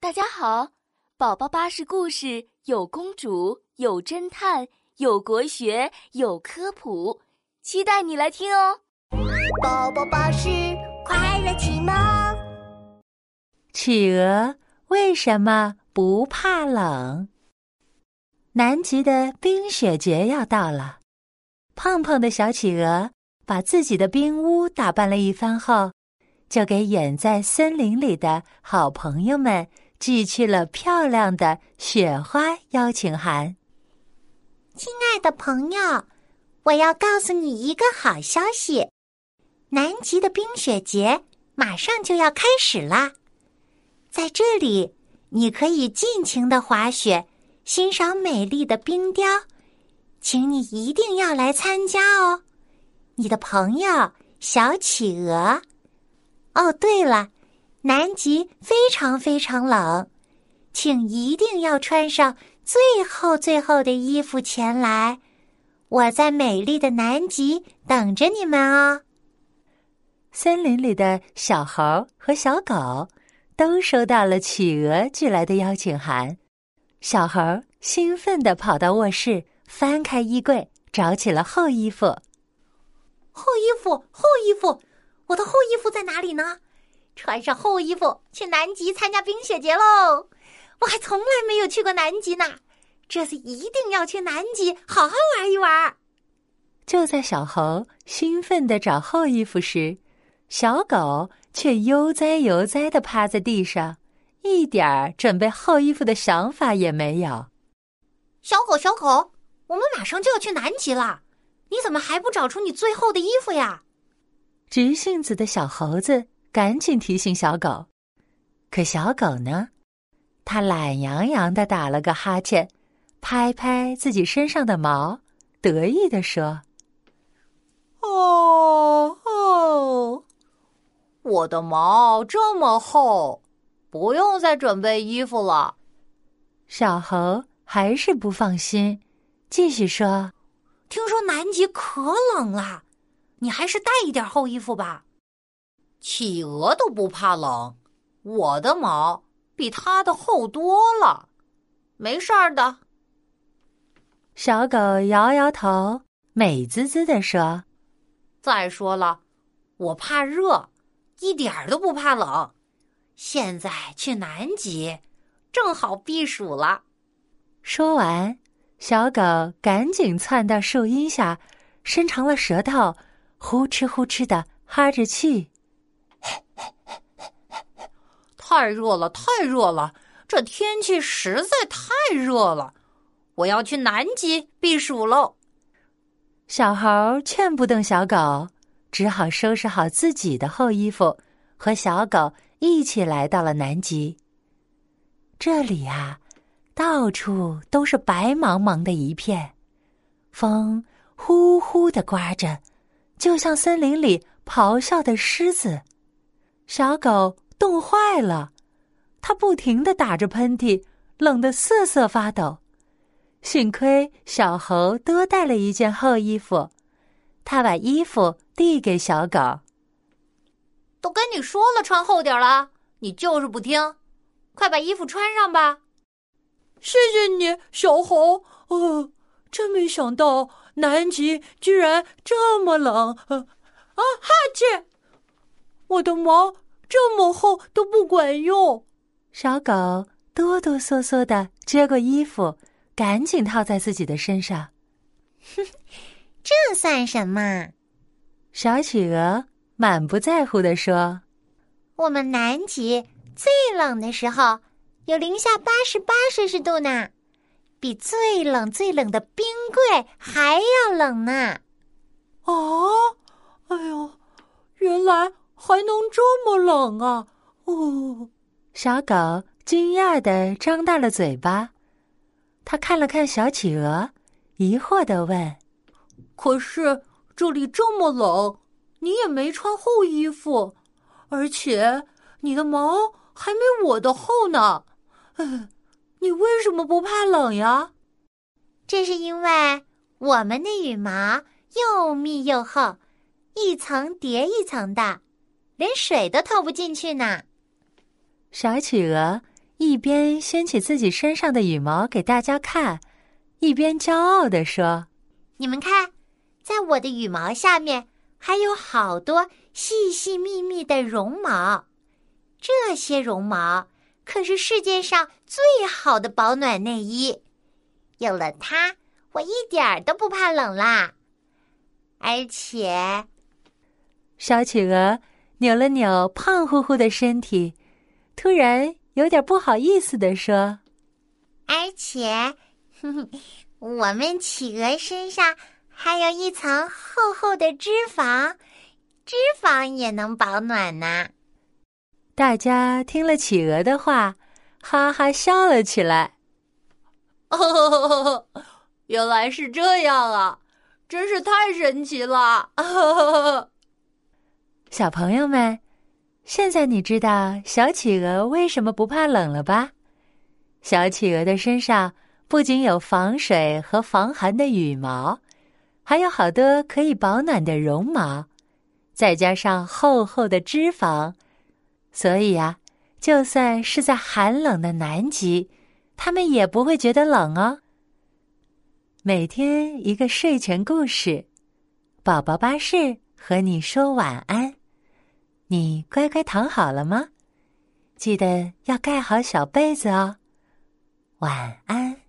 大家好，宝宝巴士故事有公主，有侦探，有国学，有科普，期待你来听哦。 宝宝巴士快乐启蒙。 企鹅为什么不怕冷？南极的冰雪节要到了，胖胖的小企鹅把自己的冰屋打扮了一番后，就给远在森林里的好朋友们寄去了漂亮的雪花邀请函。 亲爱的朋友，我要告诉你一个好消息，南极的冰雪节马上就要开始啦。在这里，你可以尽情地滑雪，欣赏美丽的冰雕，请你一定要来参加哦。你的朋友小企鹅。哦，对了，南极非常非常冷，请一定要穿上最厚最厚的衣服前来。我在美丽的南极等着你们哦。 森林里的小猴和小狗都收到了企鹅寄来的邀请函。小猴兴奋地跑到卧室，翻开衣柜，找起了厚衣服。 厚衣服，厚衣服，我的厚衣服在哪里呢？穿上厚衣服去南极参加冰雪节喽！我还从来没有去过南极呢，这次一定要去南极好好玩一玩。 就在小猴兴奋地找厚衣服时，小狗却悠哉悠哉地趴在地上，一点儿准备厚衣服的想法也没有。 小狗，我们马上就要去南极了，你怎么还不找出你最厚的衣服呀？ 直性子的小猴子赶紧提醒小狗，可小狗呢？它懒洋洋地打了个哈欠，拍拍自己身上的毛，得意地说：“ 哦，我的毛这么厚，不用再准备衣服了。” 小猴还是不放心，继续说：“ 听说南极可冷了，你还是带一点厚衣服吧。” 企鹅都不怕冷，我的毛比它的厚多了，没事儿的。 小狗摇摇头，美滋滋地说：“ 再说了，我怕热，一点儿都不怕冷。现在去南极，正好避暑了。” 说完，小狗赶紧窜到树荫下，伸长了舌头，呼哧呼哧地哈着气。 太热了，太热了！这天气实在太热了，我要去南极避暑喽。 小猴劝不动小狗，只好收拾好自己的厚衣服，和小狗一起来到了南极。这里啊，到处都是白茫茫的一片，风呼呼地刮着，就像森林里咆哮的狮子。小狗冻坏了，它不停地打着喷嚏，冷得瑟瑟发抖。幸亏小猴多带了一件厚衣服，他把衣服递给小狗。 都跟你说了穿厚点了，你就是不听，快把衣服穿上吧。 谢谢你，小猴。真没想到南极居然这么冷。哈切！我的毛这么厚都不管用。 小狗哆哆嗦嗦地接过衣服，赶紧套在自己的身上。 这算什么？ 小企鹅满不在乎地说：“ 我们南极最冷的时候有零下88°C呢，比最冷最冷的冰柜还要冷呢。” 哎呦，原来还能这么冷啊！ 小狗惊讶地张大了嘴巴，它看了看小企鹅，疑惑地问：“ 可是这里这么冷，你也没穿厚衣服，而且你的毛还没我的厚呢。你为什么不怕冷呀？” 这是因为我们的羽毛又密又厚，一层叠一层的，连水都透不进去呢。 小企鹅一边掀起自己身上的羽毛给大家看，一边骄傲地说：“ 你们看，在我的羽毛下面还有好多细细密密的绒毛，这些绒毛可是世界上最好的保暖内衣。有了它，我一点儿都不怕冷啦。而且……” 小企鹅扭了扭胖乎乎的身体，突然有点不好意思地说：“ 而且，我们企鹅身上还有一层厚厚的脂肪，脂肪也能保暖呢。” 大家听了企鹅的话，哈哈笑了起来。 原来是这样啊，真是太神奇了。 小朋友们，现在你知道小企鹅为什么不怕冷了吧？小企鹅的身上不仅有防水和防寒的羽毛，还有好多可以保暖的绒毛，再加上厚厚的脂肪，所以啊，就算是在寒冷的南极，它们也不会觉得冷哦。每天一个睡前故事，宝宝巴士和你说晚安。你乖乖躺好了吗？记得要盖好小被子哦。晚安。